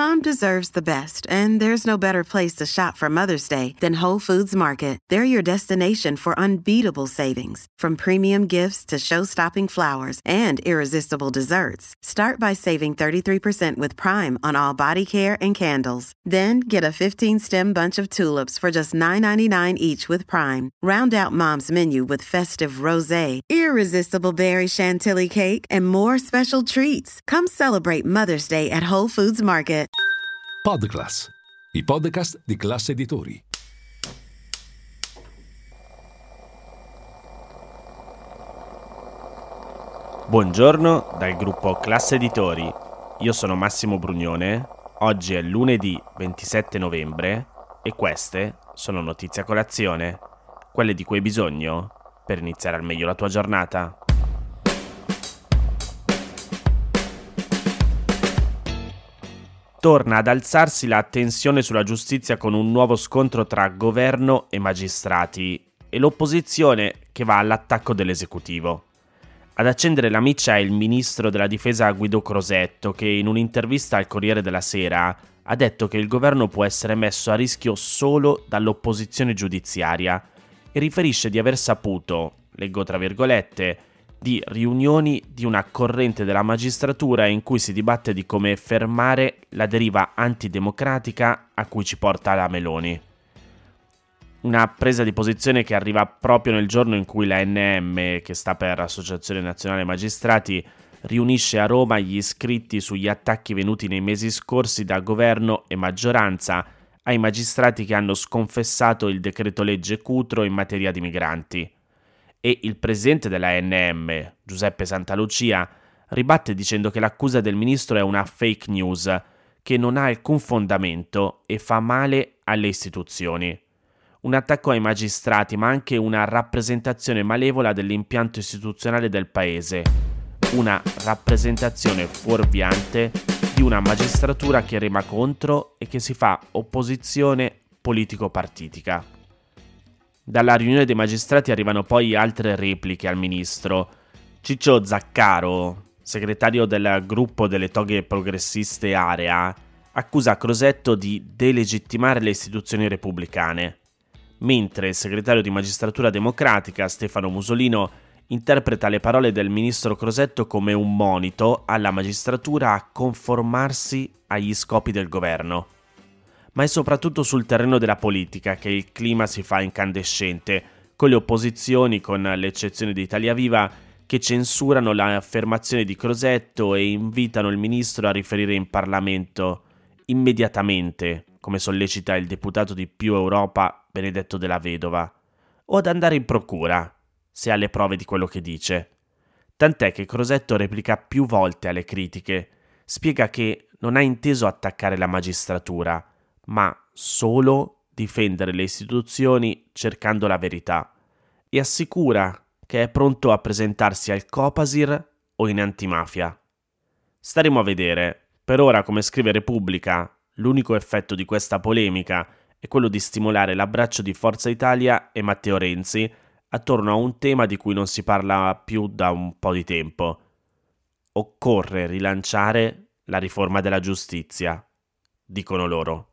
Mom deserves the best, and there's no better place to shop for Mother's Day than Whole Foods Market. They're your destination for unbeatable savings, from premium gifts to show-stopping flowers and irresistible desserts. Start by saving 33% with Prime on all body care and candles. Then get a 15-stem bunch of tulips for just $9.99 each with Prime. Round out Mom's menu with festive rosé, irresistible berry chantilly cake, and more special treats. Come celebrate Mother's Day at Whole Foods Market. Podclass, i podcast di Classe Editori. Buongiorno dal gruppo Classe Editori. Io sono Massimo Brugnone. Oggi è lunedì 27 novembre e queste sono notizie a colazione, quelle di cui hai bisogno per iniziare al meglio la tua giornata. Torna ad alzarsi la tensione sulla giustizia con un nuovo scontro tra governo e magistrati e l'opposizione che va all'attacco dell'esecutivo. Ad accendere la miccia è il ministro della difesa Guido Crosetto, che in un'intervista al Corriere della Sera ha detto che il governo può essere messo a rischio solo dall'opposizione giudiziaria e riferisce di aver saputo, leggo tra virgolette, di riunioni di una corrente della magistratura in cui si dibatte di come fermare la deriva antidemocratica a cui ci porta la Meloni. Una presa di posizione che arriva proprio nel giorno in cui l'ANM, che sta per Associazione Nazionale Magistrati, riunisce a Roma gli iscritti sugli attacchi venuti nei mesi scorsi da governo e maggioranza ai magistrati che hanno sconfessato il decreto legge Cutro in materia di migranti. E il presidente dell'ANM, Giuseppe Santalucia, ribatte dicendo che l'accusa del ministro è una fake news, che non ha alcun fondamento e fa male alle istituzioni. Un attacco ai magistrati, ma anche una rappresentazione malevola dell'impianto istituzionale del paese. Una rappresentazione fuorviante di una magistratura che rema contro e che si fa opposizione politico-partitica. Dalla riunione dei magistrati arrivano poi altre repliche al ministro. Ciccio Zaccaro, segretario del gruppo delle toghe progressiste Area, accusa Crosetto di delegittimare le istituzioni repubblicane, mentre il segretario di Magistratura Democratica, Stefano Musolino, interpreta le parole del ministro Crosetto come un monito alla magistratura a conformarsi agli scopi del governo. Ma è soprattutto sul terreno della politica che il clima si fa incandescente, con le opposizioni, con l'eccezione di Italia Viva, che censurano l'affermazione di Crosetto e invitano il ministro a riferire in Parlamento immediatamente, come sollecita il deputato di Più Europa Benedetto Della Vedova, o ad andare in procura, se ha le prove di quello che dice. Tant'è che Crosetto replica più volte alle critiche, spiega che non ha inteso attaccare la magistratura, ma solo difendere le istituzioni cercando la verità, e assicura che è pronto a presentarsi al Copasir o in antimafia. Staremo a vedere. Per ora, come scrive Repubblica, l'unico effetto di questa polemica è quello di stimolare l'abbraccio di Forza Italia e Matteo Renzi attorno a un tema di cui non si parla più da un po' di tempo. Occorre rilanciare la riforma della giustizia, dicono loro.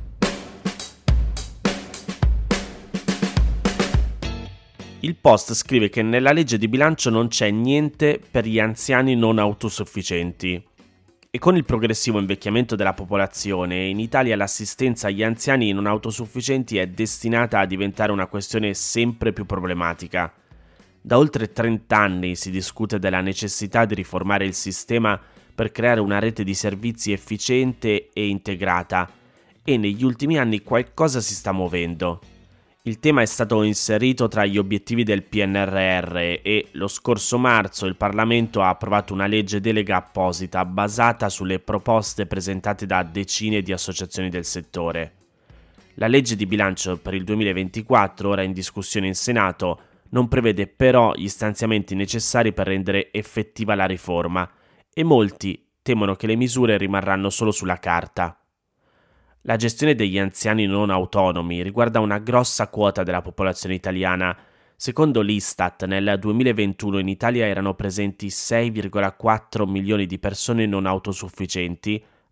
Il Post scrive che nella legge di bilancio non c'è niente per gli anziani non autosufficienti. E con il progressivo invecchiamento della popolazione, in Italia l'assistenza agli anziani non autosufficienti è destinata a diventare una questione sempre più problematica. Da oltre 30 anni si discute della necessità di riformare il sistema per creare una rete di servizi efficiente e integrata, e negli ultimi anni qualcosa si sta muovendo. Il tema è stato inserito tra gli obiettivi del PNRR e lo scorso marzo il Parlamento ha approvato una legge delega apposita basata sulle proposte presentate da decine di associazioni del settore. La legge di bilancio per il 2024, ora in discussione in Senato, non prevede però gli stanziamenti necessari per rendere effettiva la riforma e molti temono che le misure rimarranno solo sulla carta. La gestione degli anziani non autonomi riguarda una grossa quota della popolazione italiana. Secondo l'Istat, nel 2021 in Italia erano presenti 6,4 milioni di persone non autosufficienti,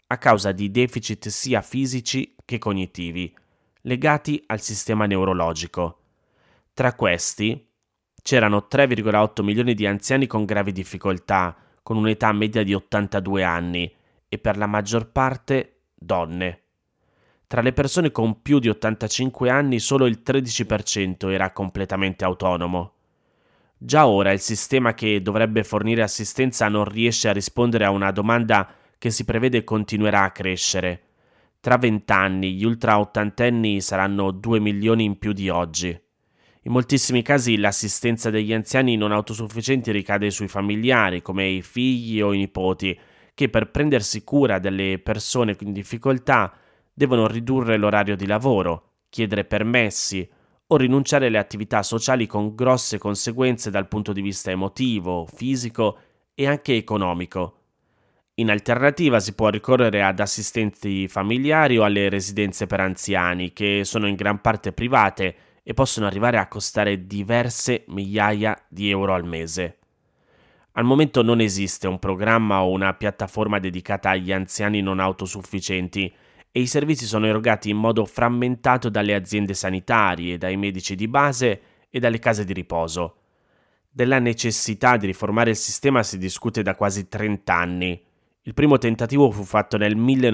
a causa di deficit sia fisici che cognitivi, legati al sistema neurologico. Tra questi c'erano 3,8 milioni di anziani con gravi difficoltà, con un'età media di 82 anni, e per la maggior parte donne. Tra le persone con più di 85 anni solo il 13% era completamente autonomo. Già ora il sistema che dovrebbe fornire assistenza non riesce a rispondere a una domanda che si prevede continuerà a crescere. Tra 20 anni gli ultra ottantenni saranno 2 milioni in più di oggi. In moltissimi casi l'assistenza degli anziani non autosufficienti ricade sui familiari, come i figli o i nipoti, che per prendersi cura delle persone in difficoltà devono ridurre l'orario di lavoro, chiedere permessi o rinunciare alle attività sociali con grosse conseguenze dal punto di vista emotivo, fisico e anche economico. In alternativa si può ricorrere ad assistenti familiari o alle residenze per anziani, che sono in gran parte private e possono arrivare a costare diverse migliaia di euro al mese. Al momento non esiste un programma o una piattaforma dedicata agli anziani non autosufficienti e i servizi sono erogati in modo frammentato dalle aziende sanitarie, dai medici di base e dalle case di riposo. Della necessità di riformare il sistema si discute da quasi 30 anni. Il primo tentativo fu fatto nel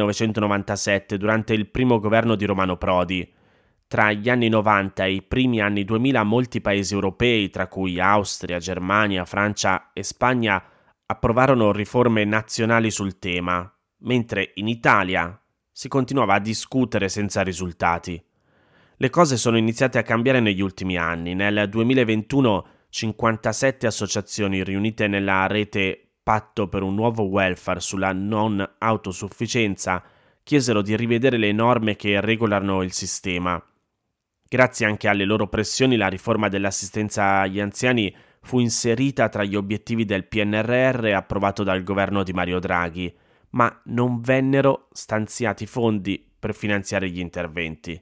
1997 durante il primo governo di Romano Prodi. Tra gli anni 90 e i primi anni 2000 molti paesi europei, tra cui Austria, Germania, Francia e Spagna, approvarono riforme nazionali sul tema, mentre in Italia si continuava a discutere senza risultati. Le cose sono iniziate a cambiare negli ultimi anni. Nel 2021 57 associazioni riunite nella rete Patto per un nuovo welfare sulla non autosufficienza chiesero di rivedere le norme che regolano il sistema. Grazie anche alle loro pressioni, la riforma dell'assistenza agli anziani fu inserita tra gli obiettivi del PNRR approvato dal governo di Mario Draghi, ma non vennero stanziati fondi per finanziare gli interventi.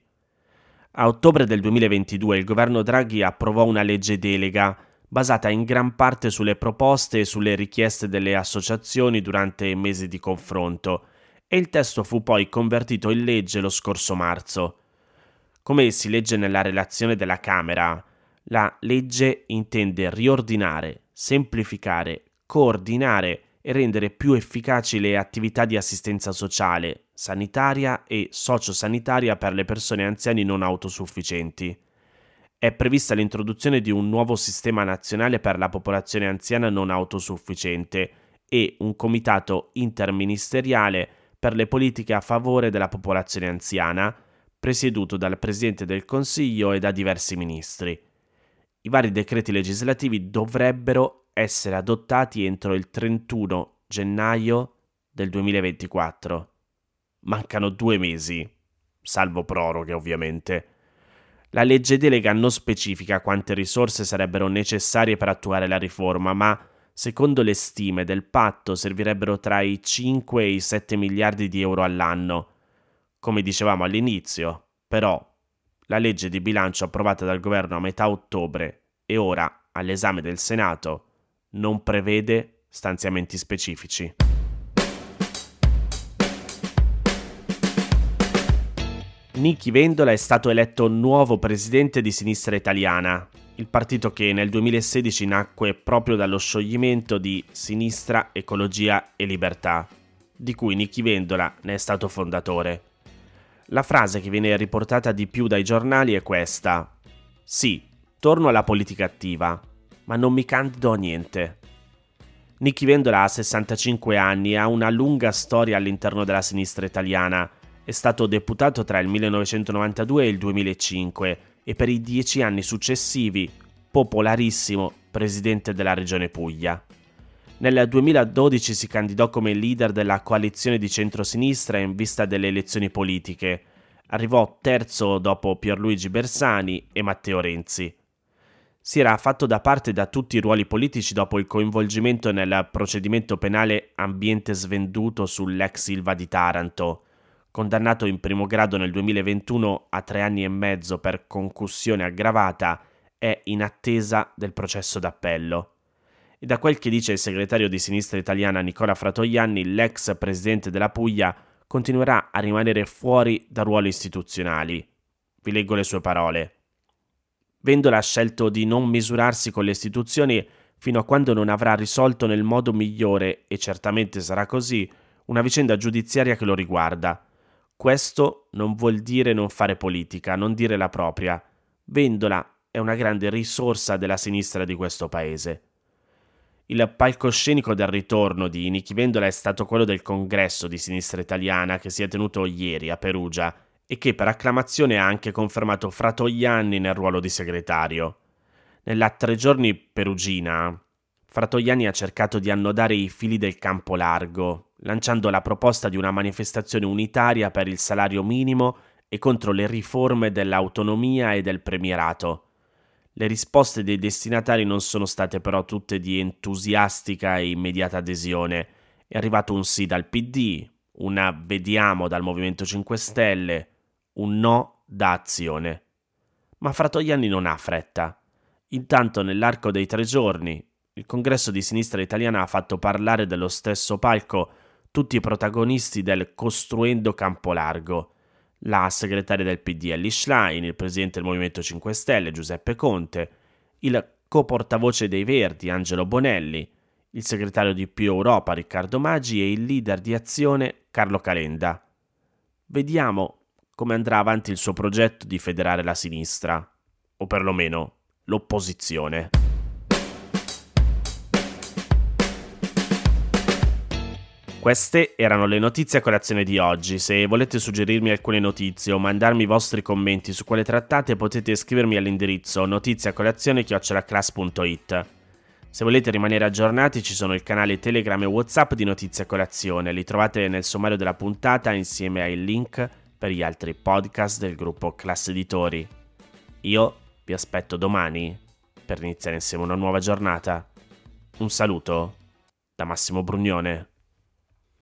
A ottobre del 2022 il governo Draghi approvò una legge delega basata in gran parte sulle proposte e sulle richieste delle associazioni durante mesi di confronto, e il testo fu poi convertito in legge lo scorso marzo. Come si legge nella relazione della Camera, la legge intende riordinare, semplificare, coordinare e rendere più efficaci le attività di assistenza sociale, sanitaria e sociosanitaria per le persone anziane non autosufficienti. È prevista l'introduzione di un nuovo sistema nazionale per la popolazione anziana non autosufficiente e un comitato interministeriale per le politiche a favore della popolazione anziana, presieduto dal Presidente del Consiglio e da diversi ministri. I vari decreti legislativi dovrebbero essere adottati entro il 31 gennaio del 2024. Mancano 2 mesi, salvo proroghe ovviamente. La legge delega non specifica quante risorse sarebbero necessarie per attuare la riforma, ma secondo le stime del patto servirebbero tra i 5 e i 7 miliardi di euro all'anno. Come dicevamo all'inizio, però, la legge di bilancio approvata dal governo a metà ottobre e ora all'esame del Senato non prevede stanziamenti specifici. Nichi Vendola è stato eletto nuovo presidente di Sinistra Italiana, il partito che nel 2016 nacque proprio dallo scioglimento di Sinistra, Ecologia e Libertà, di cui Nichi Vendola ne è stato fondatore. La frase che viene riportata di più dai giornali è questa: sì, torno alla politica attiva, ma non mi candido a niente. Nichi Vendola ha 65 anni e ha una lunga storia all'interno della sinistra italiana. È stato deputato tra il 1992 e il 2005 e per i 10 anni successivi popolarissimo presidente della regione Puglia. Nel 2012 si candidò come leader della coalizione di centrosinistra in vista delle elezioni politiche. Arrivò terzo dopo Pierluigi Bersani e Matteo Renzi. Si era fatto da parte da tutti i ruoli politici dopo il coinvolgimento nel procedimento penale Ambiente Svenduto sull'ex Ilva di Taranto. Condannato in primo grado nel 2021 a 3 anni e mezzo per concussione aggravata, è in attesa del processo d'appello. E da quel che dice il segretario di Sinistra Italiana Nicola Fratoianni, l'ex presidente della Puglia continuerà a rimanere fuori da ruoli istituzionali. Vi leggo le sue parole. Vendola ha scelto di non misurarsi con le istituzioni fino a quando non avrà risolto nel modo migliore, e certamente sarà così, una vicenda giudiziaria che lo riguarda. Questo non vuol dire non fare politica, non dire la propria. Vendola è una grande risorsa della sinistra di questo paese. Il palcoscenico del ritorno di Nichi Vendola è stato quello del congresso di Sinistra Italiana che si è tenuto ieri a Perugia e che per acclamazione ha anche confermato Fratoianni nel ruolo di segretario. Nella 3 giorni perugina, Fratoianni ha cercato di annodare i fili del campo largo, lanciando la proposta di una manifestazione unitaria per il salario minimo e contro le riforme dell'autonomia e del premierato. Le risposte dei destinatari non sono state però tutte di entusiastica e immediata adesione. È arrivato un sì dal PD, un vediamo dal Movimento 5 Stelle, un no da Azione. Ma Fratoianni non ha fretta. Intanto, nell'arco dei 3 giorni, il congresso di Sinistra Italiana ha fatto parlare dello stesso palco tutti i protagonisti del Costruendo Campo Largo. La segretaria del PD Elly Schlein, il presidente del Movimento 5 Stelle Giuseppe Conte, il co-portavoce dei Verdi Angelo Bonelli, il segretario di Più Europa Riccardo Maggi e il leader di Azione Carlo Calenda. Vediamo come andrà avanti il suo progetto di federare la sinistra, o perlomeno l'opposizione. Queste erano le notizie a colazione di oggi. Se volete suggerirmi alcune notizie o mandarmi i vostri commenti su quelle trattate, potete scrivermi all'indirizzo notiziacolazione@class.it. Se volete rimanere aggiornati, ci sono il canale Telegram e WhatsApp di Notizie a Colazione. Li trovate nel sommario della puntata insieme ai link per gli altri podcast del gruppo Class Editori. Io vi aspetto domani per iniziare insieme una nuova giornata. Un saluto da Massimo Brugnone.